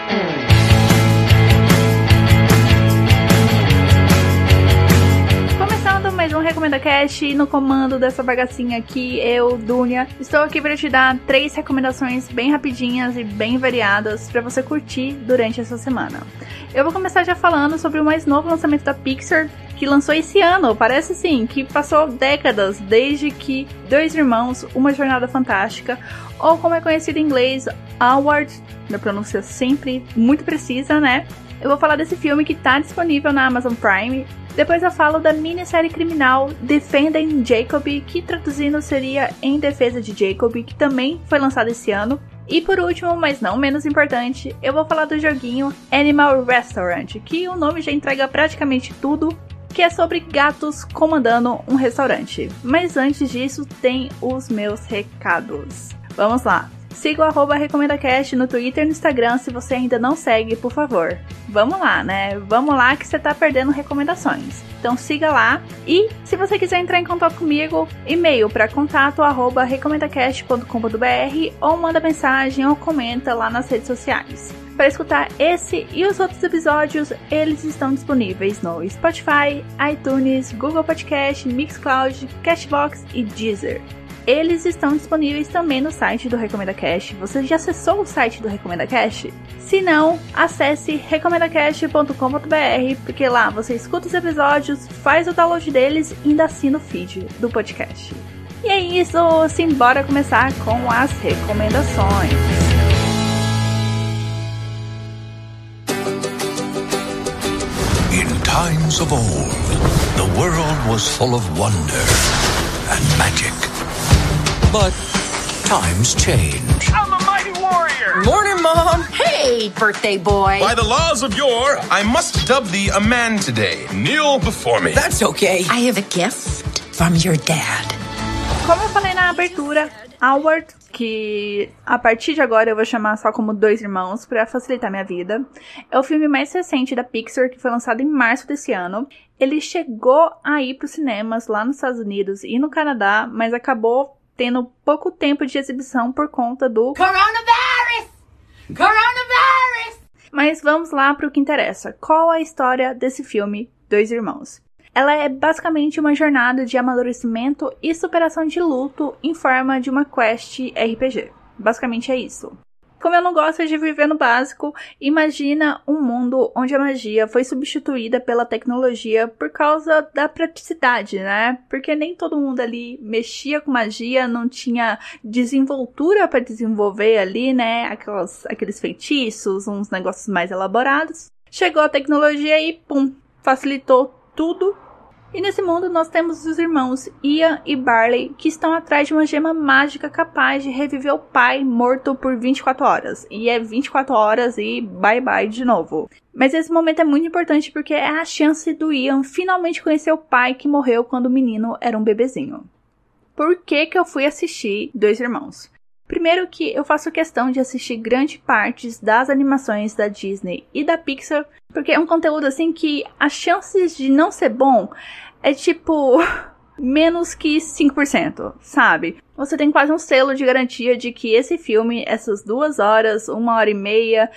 Mais um Recomenda Cast, e no comando dessa bagacinha aqui, eu, Dunia, estou aqui para te dar 3 recomendações bem rapidinhas e bem variadas para você curtir durante essa semana. Eu vou começar já falando sobre o mais novo lançamento da Pixar, que lançou esse ano. Parece sim que passou décadas desde que Dois Irmãos, Uma Jornada Fantástica, ou como é conhecido em inglês, Onward, minha pronúncia sempre muito precisa, né? Eu vou falar desse filme que está disponível na Amazon Prime. Depois eu falo da minissérie criminal Defending Jacob, que traduzindo seria Em Defesa de Jacob, que também foi lançado esse ano. E por último, mas não menos importante, eu vou falar do joguinho Animal Restaurant, que o nome já entrega praticamente tudo, que é sobre gatos comandando um restaurante. Mas antes disso, tem os meus recados. Vamos lá! Siga o @RecomendaCast no Twitter e no Instagram se você ainda não segue, por favor. Vamos lá, né? Vamos lá que você tá perdendo recomendações. Então siga lá. E se você quiser entrar em contato comigo, e-mail para contato@recomendacast.com.br ou manda mensagem ou comenta lá nas redes sociais. Para escutar esse e os outros episódios, eles estão disponíveis no Spotify, iTunes, Google Podcast, Mixcloud, Cashbox e Deezer. Eles estão disponíveis também no site do Recomenda Cast. Você já acessou o site do Recomenda Cast? Se não, acesse recomendacast.com.br, porque lá você escuta os episódios, faz o download deles e ainda assina o feed do podcast. E é isso, simbora começar com as recomendações. In times of old, the world was full of wonder and magic. But times change. I'm a mighty warrior! Morning, Mom! Hey, birthday boy! By the laws of yore, I must dub thee a man today. Kneel before me. That's okay. I have a gift from your dad. Como eu falei na abertura, Onward, que a partir de agora eu vou chamar só como Dois Irmãos para facilitar minha vida, é o filme mais recente da Pixar, que foi lançado em março desse ano. Ele chegou a ir para os cinemas lá nos Estados Unidos e no Canadá, mas acabou tendo pouco tempo de exibição por conta do Coronavirus! Coronavirus! Mas vamos lá para o que interessa. Qual a história desse filme, Dois Irmãos? Ela é basicamente uma jornada de amadurecimento e superação de luto em forma de uma quest RPG. Basicamente é isso. Como eu não gosto de viver no básico, imagina um mundo onde a magia foi substituída pela tecnologia por causa da praticidade, né? Porque nem todo mundo ali mexia com magia, não tinha desenvoltura para desenvolver ali, né? Aqueles feitiços, uns negócios mais elaborados. Chegou a tecnologia e pum, facilitou tudo. E nesse mundo nós temos os irmãos Ian e Barley, que estão atrás de uma gema mágica capaz de reviver o pai morto por 24 horas. E é 24 horas e bye bye de novo. Mas esse momento é muito importante porque é a chance do Ian finalmente conhecer o pai que morreu quando o menino era um bebezinho. Por que eu fui assistir Dois Irmãos? Primeiro que eu faço questão de assistir grande partes das animações da Disney e da Pixar, porque é um conteúdo assim que as chances de não ser bom é tipo menos que 5%, sabe? Você tem quase um selo de garantia de que esse filme, essas 2 horas, 1h30,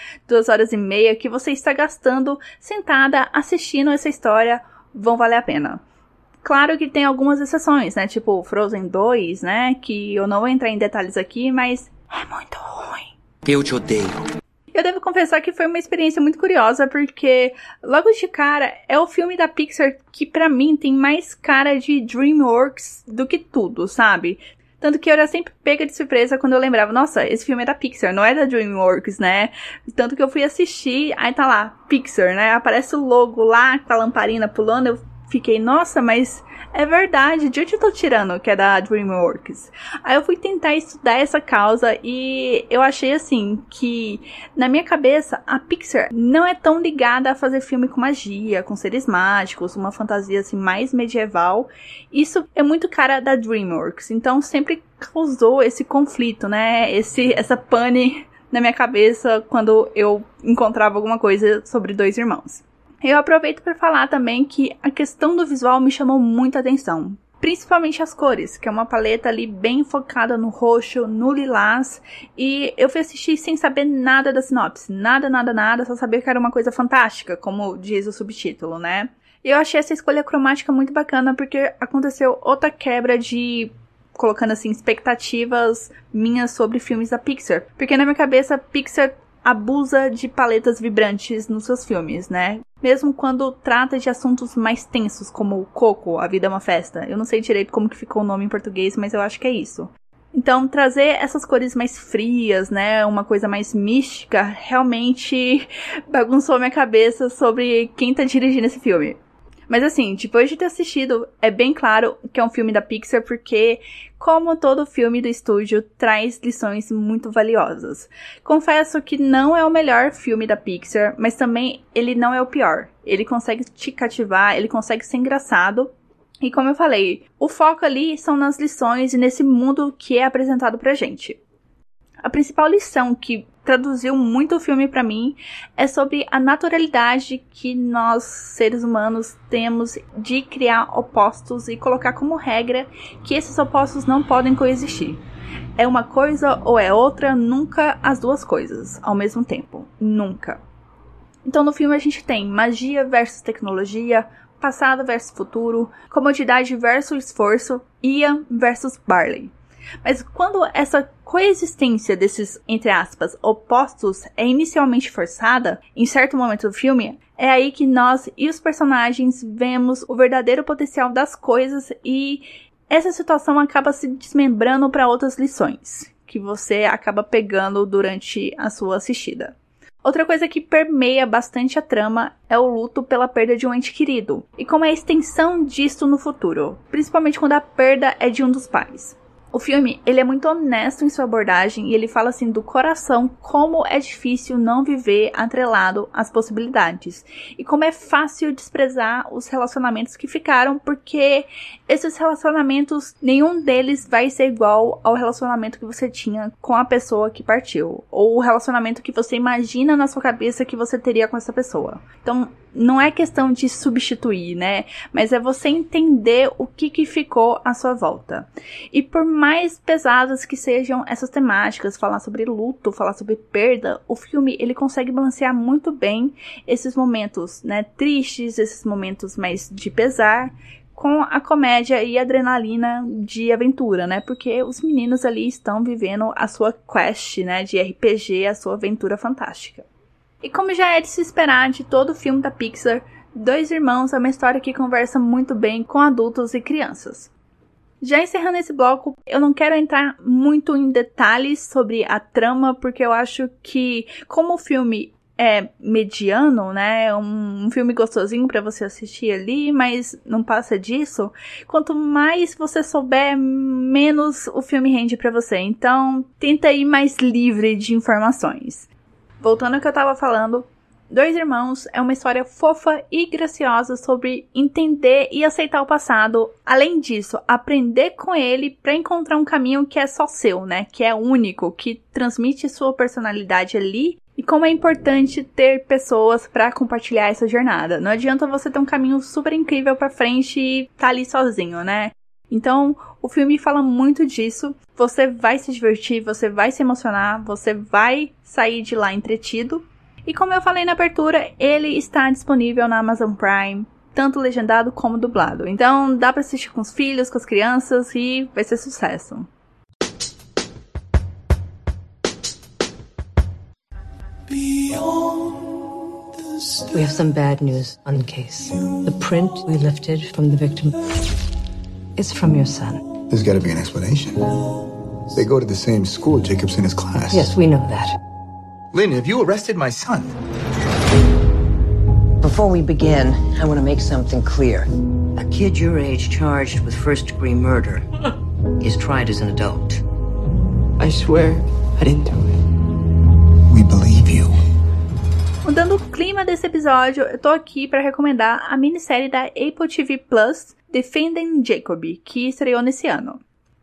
2h30 que você está gastando sentada assistindo essa história vão valer a pena. Claro que tem algumas exceções, né? Tipo Frozen 2, né? Que eu não vou entrar em detalhes aqui, mas é muito ruim. Eu te odeio. Eu devo confessar que foi uma experiência muito curiosa, porque logo de cara é o filme da Pixar que pra mim tem mais cara de DreamWorks do que tudo, sabe? Tanto que eu era sempre pega de surpresa quando eu lembrava, nossa, esse filme é da Pixar, não é da DreamWorks, né? Tanto que eu fui assistir, aí tá lá, Pixar, né? Aparece o logo lá, com a lamparina pulando, eu fiquei, nossa, mas é verdade, de onde eu tô tirando que é da DreamWorks? Aí eu fui tentar estudar essa causa e eu achei assim, que na minha cabeça a Pixar não é tão ligada a fazer filme com magia, com seres mágicos, uma fantasia assim mais medieval. Isso é muito cara da DreamWorks, então sempre causou esse conflito, né? Essa pane na minha cabeça quando eu encontrava alguma coisa sobre Dois Irmãos. Eu aproveito para falar também que a questão do visual me chamou muita atenção. Principalmente as cores, que é uma paleta ali bem focada no roxo, no lilás. E eu fui assistir sem saber nada da sinopse. Nada, só saber que era uma coisa fantástica, como diz o subtítulo, né? E eu achei essa escolha cromática muito bacana, porque aconteceu outra quebra de... colocando assim, expectativas minhas sobre filmes da Pixar. Porque na minha cabeça, Pixar abusa de paletas vibrantes nos seus filmes, né? Mesmo quando trata de assuntos mais tensos, como Coco, A Vida é uma Festa. Eu não sei direito como que ficou o nome em português, mas eu acho que é isso. Então, trazer essas cores mais frias, né? Uma coisa mais mística, realmente bagunçou minha cabeça sobre quem tá dirigindo esse filme. Mas assim, depois de ter assistido, é bem claro que é um filme da Pixar, porque, como todo filme do estúdio, traz lições muito valiosas. Confesso que não é o melhor filme da Pixar, mas também ele não é o pior. Ele consegue te cativar, ele consegue ser engraçado. E como eu falei, o foco ali são nas lições e nesse mundo que é apresentado pra gente. A principal lição que traduziu muito o filme pra mim é sobre a naturalidade que nós, seres humanos, temos de criar opostos e colocar como regra que esses opostos não podem coexistir. É uma coisa ou é outra, nunca as duas coisas ao mesmo tempo. Nunca. Então no filme a gente tem magia versus tecnologia, passado versus futuro, comodidade versus esforço, Ian versus Barley. Mas quando essa coexistência desses, entre aspas, opostos é inicialmente forçada, em certo momento do filme, é aí que nós e os personagens vemos o verdadeiro potencial das coisas e essa situação acaba se desmembrando para outras lições, que você acaba pegando durante a sua assistida. Outra coisa que permeia bastante a trama é o luto pela perda de um ente querido, e como é a extensão disto no futuro, principalmente quando a perda é de um dos pais. O filme, ele é muito honesto em sua abordagem e ele fala assim do coração como é difícil não viver atrelado às possibilidades. E como é fácil desprezar os relacionamentos que ficaram, porque esses relacionamentos, nenhum deles vai ser igual ao relacionamento que você tinha com a pessoa que partiu. Ou o relacionamento que você imagina na sua cabeça que você teria com essa pessoa. Então, não é questão de substituir, né? Mas é você entender o que ficou à sua volta. E por mais pesadas que sejam essas temáticas, falar sobre luto, falar sobre perda, o filme ele consegue balancear muito bem esses momentos, né, tristes, esses momentos mais de pesar, com a comédia e adrenalina de aventura, né? Porque os meninos ali estão vivendo a sua quest, né, de RPG, a sua aventura fantástica. E como já é de se esperar de todo filme da Pixar, Dois Irmãos é uma história que conversa muito bem com adultos e crianças. Já encerrando esse bloco, eu não quero entrar muito em detalhes sobre a trama, porque eu acho que, como o filme é mediano, né, um filme gostosinho pra você assistir ali, mas não passa disso, quanto mais você souber, menos o filme rende pra você. Então, tenta ir mais livre de informações. Voltando ao que eu tava falando, Dois Irmãos é uma história fofa e graciosa sobre entender e aceitar o passado. Além disso, aprender com ele para encontrar um caminho que é só seu, né? Que é único, que transmite sua personalidade ali. E como é importante ter pessoas para compartilhar essa jornada. Não adianta você ter um caminho super incrível pra frente e tá ali sozinho, né? Então, o filme fala muito disso. Você vai se divertir, você vai se emocionar, você vai sair de lá entretido. E como eu falei na abertura, ele está disponível na Amazon Prime, tanto legendado como dublado. Então, dá pra assistir com os filhos, com as crianças e vai ser sucesso. We have some bad news on the case. The print we lifted from the victim is from your son. There's got to be an explanation. They go to the same school. Jacob's in his class. Yes, we know that. Lynn, have you arrested my son? Before we begin, I want to make something clear. A kid your age charged with first-degree murder is tried as an adult. I swear I didn't do it. We believe you. Mudando o clima desse episódio, eu tô aqui para recomendar a minissérie da Apple TV Plus, Defending Jacob, que estreou nesse ano.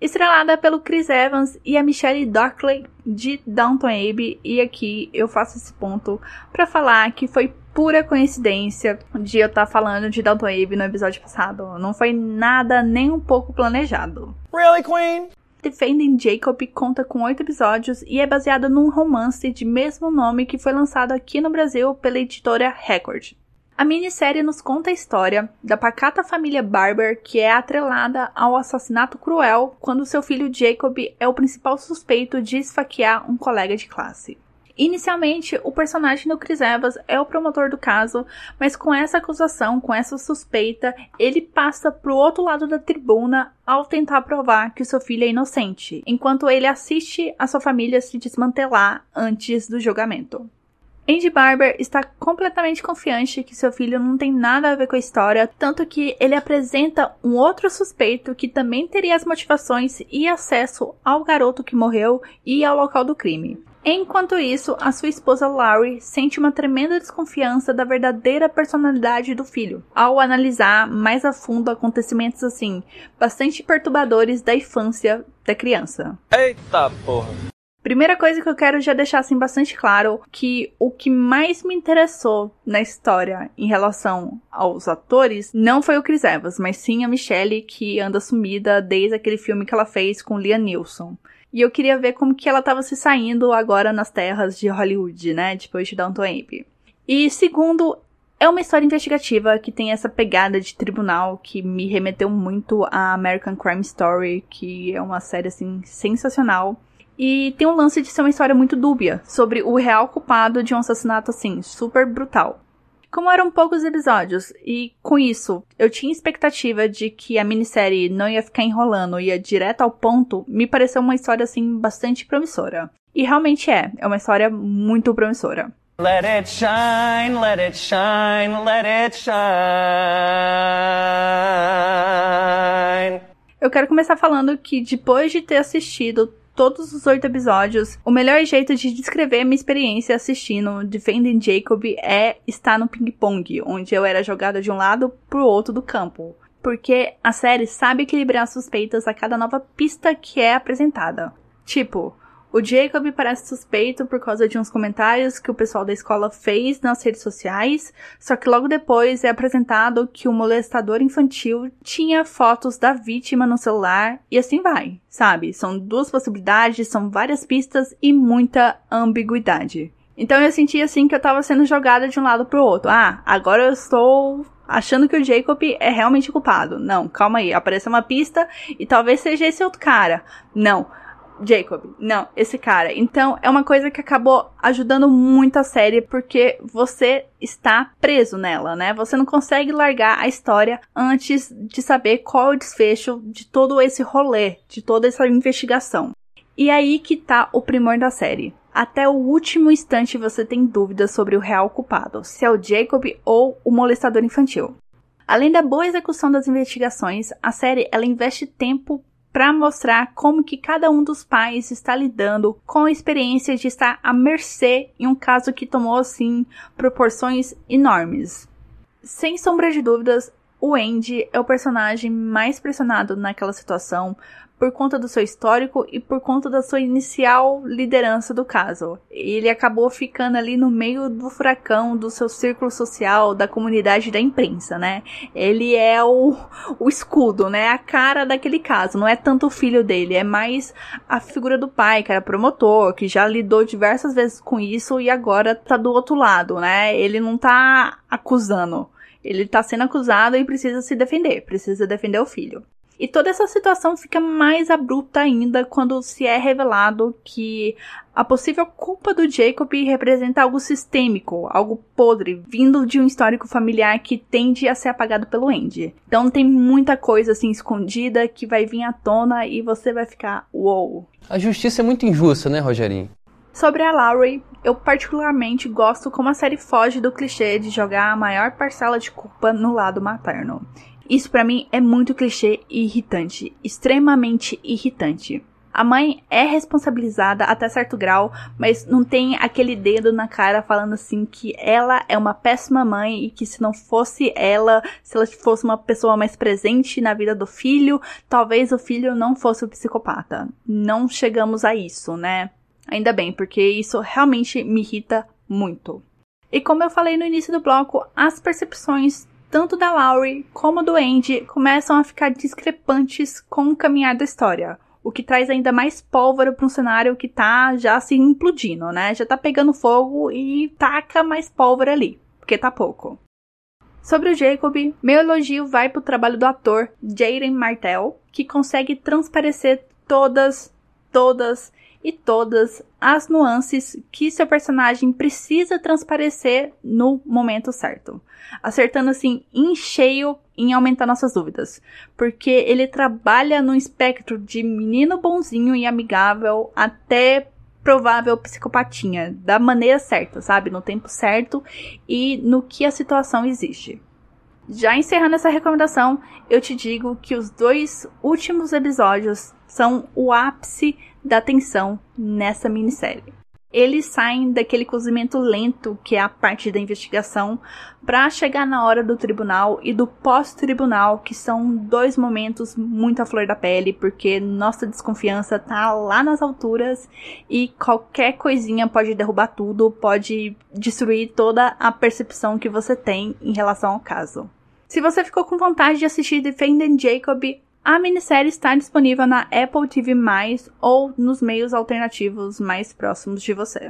estrelada pelo Chris Evans e a Michelle Dockery de Downton Abbey. E aqui eu faço esse ponto pra falar que foi pura coincidência de eu estar falando de Downton Abbey no episódio passado. Não foi nada nem um pouco planejado. Really, Queen? Defending Jacob conta com 8 episódios e é baseado num romance de mesmo nome que foi lançado aqui no Brasil pela editora Record. A minissérie nos conta a história da pacata família Barber, que é atrelada ao assassinato cruel quando seu filho Jacob é o principal suspeito de esfaquear um colega de classe. Inicialmente, o personagem do Chris Evans é o promotor do caso, mas com essa acusação, com essa suspeita, ele passa pro outro lado da tribuna ao tentar provar que o seu filho é inocente, enquanto ele assiste a sua família se desmantelar antes do julgamento. Andy Barber está completamente confiante que seu filho não tem nada a ver com a história, tanto que ele apresenta um outro suspeito que também teria as motivações e acesso ao garoto que morreu e ao local do crime. Enquanto isso, a sua esposa Laurie sente uma tremenda desconfiança da verdadeira personalidade do filho, ao analisar mais a fundo acontecimentos assim, bastante perturbadores da infância da criança. Eita porra! Primeira coisa que eu quero já deixar assim bastante claro, que o que mais me interessou na história em relação aos atores não foi o Chris Evans, mas sim a Michelle, que anda sumida desde aquele filme que ela fez com Liam Neeson. E eu queria ver como que ela estava se saindo agora nas terras de Hollywood, né, depois de Downton Abbey. E segundo, é uma história investigativa que tem essa pegada de tribunal que me remeteu muito a American Crime Story, que é uma série assim sensacional. E tem um lance de ser uma história muito dúbia sobre o real culpado de um assassinato assim, super brutal. Como eram poucos episódios, e com isso eu tinha expectativa de que a minissérie não ia ficar enrolando, ia direto ao ponto, me pareceu uma história assim bastante promissora. E realmente é uma história muito promissora. Let it shine, let it shine, let it shine. Eu quero começar falando que depois de ter assistido todos os 8 episódios, o melhor jeito de descrever minha experiência assistindo Defending Jacob é estar no ping-pong, onde eu era jogada de um lado pro outro do campo. Porque a série sabe equilibrar suspeitas a cada nova pista que é apresentada. Tipo, o Jacob parece suspeito por causa de uns comentários que o pessoal da escola fez nas redes sociais, só que logo depois é apresentado que o molestador infantil tinha fotos da vítima no celular e assim vai, sabe? São 2 possibilidades, são várias pistas e muita ambiguidade. Então eu senti assim que eu tava sendo jogada de um lado pro outro. Ah, agora eu estou achando que o Jacob é realmente culpado. Não, calma aí, apareceu uma pista e talvez seja esse outro cara. Não. Jacob, não, esse cara. Então, é uma coisa que acabou ajudando muito a série, porque você está preso nela, né? Você não consegue largar a história antes de saber qual é o desfecho de todo esse rolê, de toda essa investigação. E aí que tá o primor da série. Até o último instante você tem dúvidas sobre o real culpado, se é o Jacob ou o molestador infantil. Além da boa execução das investigações, a série ela investe tempo para mostrar como que cada um dos pais está lidando com a experiência de estar à mercê em um caso que tomou, assim, proporções enormes. Sem sombra de dúvidas, o Andy é o personagem mais pressionado naquela situação por conta do seu histórico e por conta da sua inicial liderança do caso. Ele acabou ficando ali no meio do furacão do seu círculo social, da comunidade da imprensa, né? Ele é o escudo, né? A cara daquele caso. Não é tanto o filho dele, é mais a figura do pai, que era promotor, que já lidou diversas vezes com isso e agora tá do outro lado, né? Ele não tá acusando. Ele tá sendo acusado e precisa se defender, precisa defender o filho. E toda essa situação fica mais abrupta ainda quando se é revelado que a possível culpa do Jacob representa algo sistêmico, algo podre, vindo de um histórico familiar que tende a ser apagado pelo Andy. Então tem muita coisa assim escondida que vai vir à tona e você vai ficar uou. A justiça é muito injusta, né, Rogerinho? Sobre a Laurie, eu particularmente gosto como a série foge do clichê de jogar a maior parcela de culpa no lado materno. Isso pra mim é muito clichê e irritante, extremamente irritante. A mãe é responsabilizada até certo grau, mas não tem aquele dedo na cara falando assim que ela é uma péssima mãe e que se não fosse ela, se ela fosse uma pessoa mais presente na vida do filho, talvez o filho não fosse o psicopata. Não chegamos a isso, né? Ainda bem, porque isso realmente me irrita muito. E como eu falei no início do bloco, as percepções tanto da Laurie como do Andy começam a ficar discrepantes com o caminhar da história. O que traz ainda mais pólvora para um cenário que tá já se implodindo, né? Já tá pegando fogo e taca mais pólvora ali, porque tá pouco. Sobre o Jacob, meu elogio vai pro trabalho do ator Jaden Martell, que consegue transparecer todas as nuances que seu personagem precisa transparecer no momento certo. Acertando assim em cheio em aumentar nossas dúvidas. Porque ele trabalha no espectro de menino bonzinho e amigável até provável psicopatinha. Da maneira certa, sabe? No tempo certo e no que a situação exige. Já encerrando essa recomendação, eu te digo que os 2 últimos episódios são o ápice da tensão nessa minissérie. Eles saem daquele cozimento lento, que é a parte da investigação, para chegar na hora do tribunal e do pós-tribunal, que são 2 momentos muito à flor da pele, porque nossa desconfiança tá lá nas alturas e qualquer coisinha pode derrubar tudo, pode destruir toda a percepção que você tem em relação ao caso. Se você ficou com vontade de assistir Defending Jacob, a minissérie está disponível na Apple TV+, ou nos meios alternativos mais próximos de você.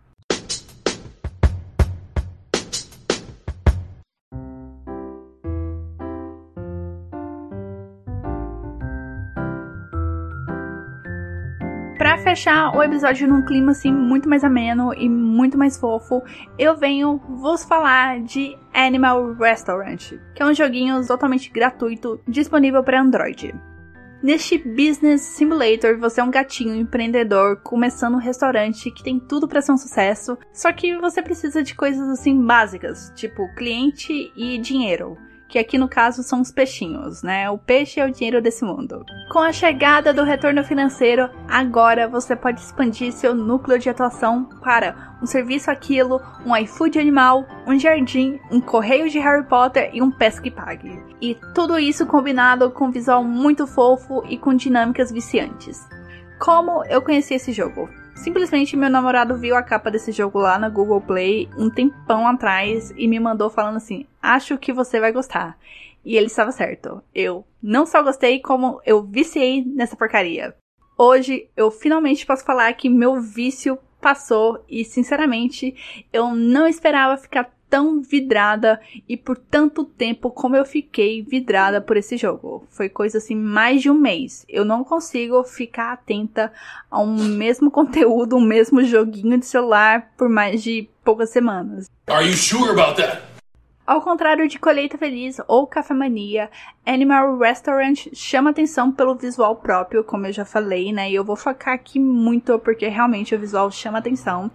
Pra fechar o episódio num clima assim muito mais ameno e muito mais fofo, eu venho vos falar de Animal Restaurant, que é um joguinho totalmente gratuito disponível para Android. Neste Business Simulator, você é um gatinho empreendedor começando um restaurante que tem tudo para ser um sucesso, só que você precisa de coisas assim básicas, tipo cliente e dinheiro. Que aqui no caso são os peixinhos, né? O peixe é o dinheiro desse mundo. Com a chegada do retorno financeiro, agora você pode expandir seu núcleo de atuação para um serviço aquilo, um iFood animal, um jardim, um correio de Harry Potter e um pesca e pague. E tudo isso combinado com um visual muito fofo e com dinâmicas viciantes. Como eu conheci esse jogo? Simplesmente meu namorado viu a capa desse jogo lá na Google Play um tempão atrás e me mandou falando assim, acho que você vai gostar. E ele estava certo. Eu não só gostei, como eu viciei nessa porcaria. Hoje eu finalmente posso falar que meu vício passou e sinceramente eu não esperava ficar tão vidrada e por tanto tempo como eu fiquei vidrada por esse jogo. Foi coisa assim, mais de um mês. Eu não consigo ficar atenta a um mesmo conteúdo, um mesmo joguinho de celular por mais de poucas semanas. Are you sure about that? Ao contrário de Colheita Feliz ou Café Mania, Animal Restaurant chama atenção pelo visual próprio, como eu já falei, né? E eu vou focar aqui muito porque realmente o visual chama atenção.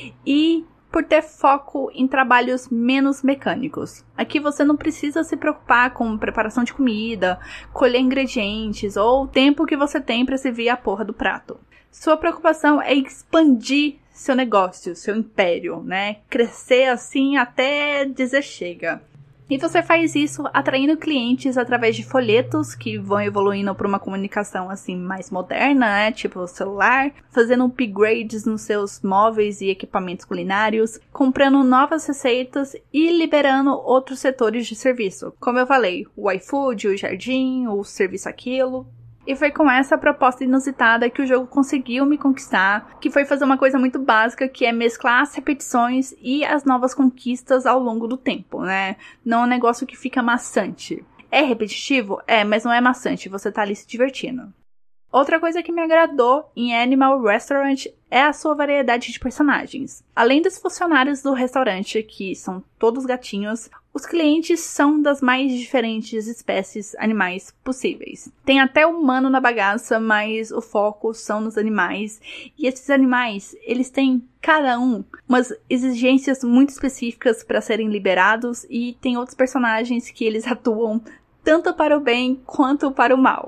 E por ter foco em trabalhos menos mecânicos. Aqui você não precisa se preocupar com preparação de comida, colher ingredientes ou o tempo que você tem para servir a porra do prato. Sua preocupação é expandir seu negócio, seu império, né? Crescer assim até dizer chega. E você faz isso atraindo clientes através de folhetos que vão evoluindo para uma comunicação assim mais moderna, né? Tipo o celular, fazendo upgrades nos seus móveis e equipamentos culinários, comprando novas receitas e liberando outros setores de serviço. Como eu falei, o iFood, o jardim, o serviço aquilo. E foi com essa proposta inusitada que o jogo conseguiu me conquistar, que foi fazer uma coisa muito básica, que é mesclar as repetições e as novas conquistas ao longo do tempo, né? Não é um negócio que fica maçante. É repetitivo? É, mas não é maçante, você tá ali se divertindo. Outra coisa que me agradou em Animal Restaurant é a sua variedade de personagens. Além dos funcionários do restaurante, que são todos gatinhos, os clientes são das mais diferentes espécies animais possíveis. Tem até humano na bagaça, mas o foco são nos animais. E esses animais, eles têm, cada um, umas exigências muito específicas para serem liberados. E tem outros personagens que eles atuam tanto para o bem quanto para o mal.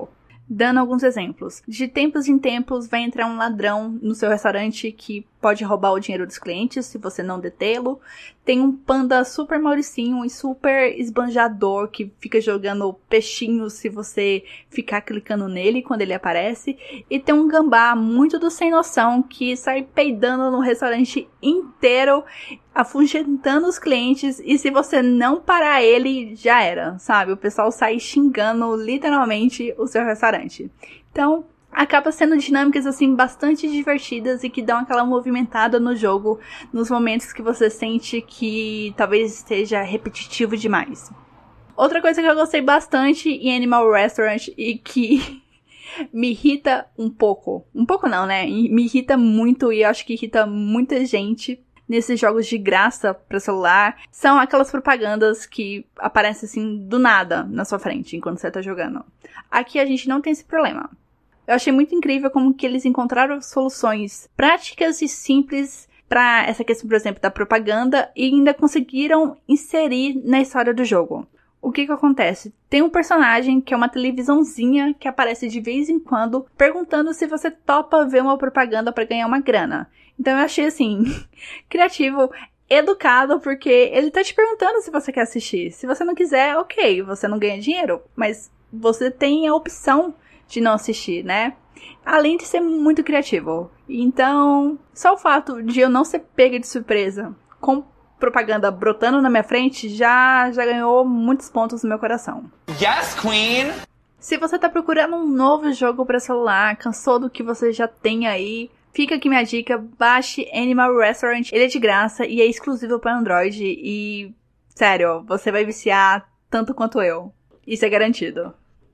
Dando alguns exemplos. De tempos em tempos vai entrar um ladrão no seu restaurante que pode roubar o dinheiro dos clientes se você não detê-lo. Tem um panda super mauricinho e super esbanjador que fica jogando peixinhos se você ficar clicando nele quando ele aparece. E tem um gambá muito do sem noção que sai peidando no restaurante inteiro, afugentando os clientes, e se você não parar ele, já era, sabe? O pessoal sai xingando literalmente o seu restaurante. Então, acaba sendo dinâmicas assim bastante divertidas e que dão aquela movimentada no jogo nos momentos que você sente que talvez esteja repetitivo demais. Outra coisa que eu gostei bastante em Animal Restaurant e que me irrita um pouco não, né? Me irrita muito e eu acho que irrita muita gente nesses jogos de graça para celular, são aquelas propagandas que aparecem assim do nada na sua frente enquanto você tá jogando. Aqui a gente não tem esse problema. Eu achei muito incrível como que eles encontraram soluções práticas e simples para essa questão, por exemplo, da propaganda, e ainda conseguiram inserir na história do jogo. O que acontece? Tem um personagem que é uma televisãozinha que aparece de vez em quando perguntando se você topa ver uma propaganda para ganhar uma grana. Então eu achei assim, criativo, educado, porque ele tá te perguntando se você quer assistir. Se você não quiser, ok, você não ganha dinheiro, mas você tem a opção de não assistir, né? Além de ser muito criativo. Então, só o fato de eu não ser pega de surpresa com propaganda brotando na minha frente já ganhou muitos pontos no meu coração. Yes, Queen! Se você tá procurando um novo jogo para celular, cansou do que você já tem aí, fica aqui minha dica, baixe Animal Restaurant. Ele é de graça e é exclusivo para Android e, sério, você vai viciar tanto quanto eu. Isso é garantido.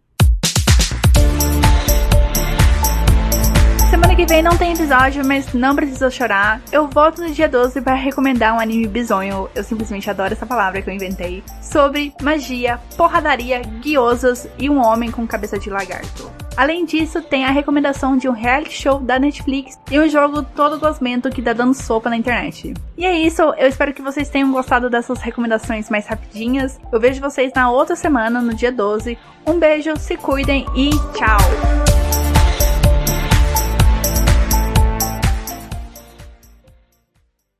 Semana que vem não tem episódio, mas não precisa chorar. Eu volto no dia 12 para recomendar um anime bizonho, eu simplesmente adoro essa palavra que eu inventei, sobre magia, porradaria, guiosas e um homem com cabeça de lagarto. Além disso, tem a recomendação de um reality show da Netflix e um jogo todo gosmento que tá dando sopa na internet. E é isso, eu espero que vocês tenham gostado dessas recomendações mais rapidinhas. Eu vejo vocês na outra semana, no dia 12. Um beijo, se cuidem e tchau!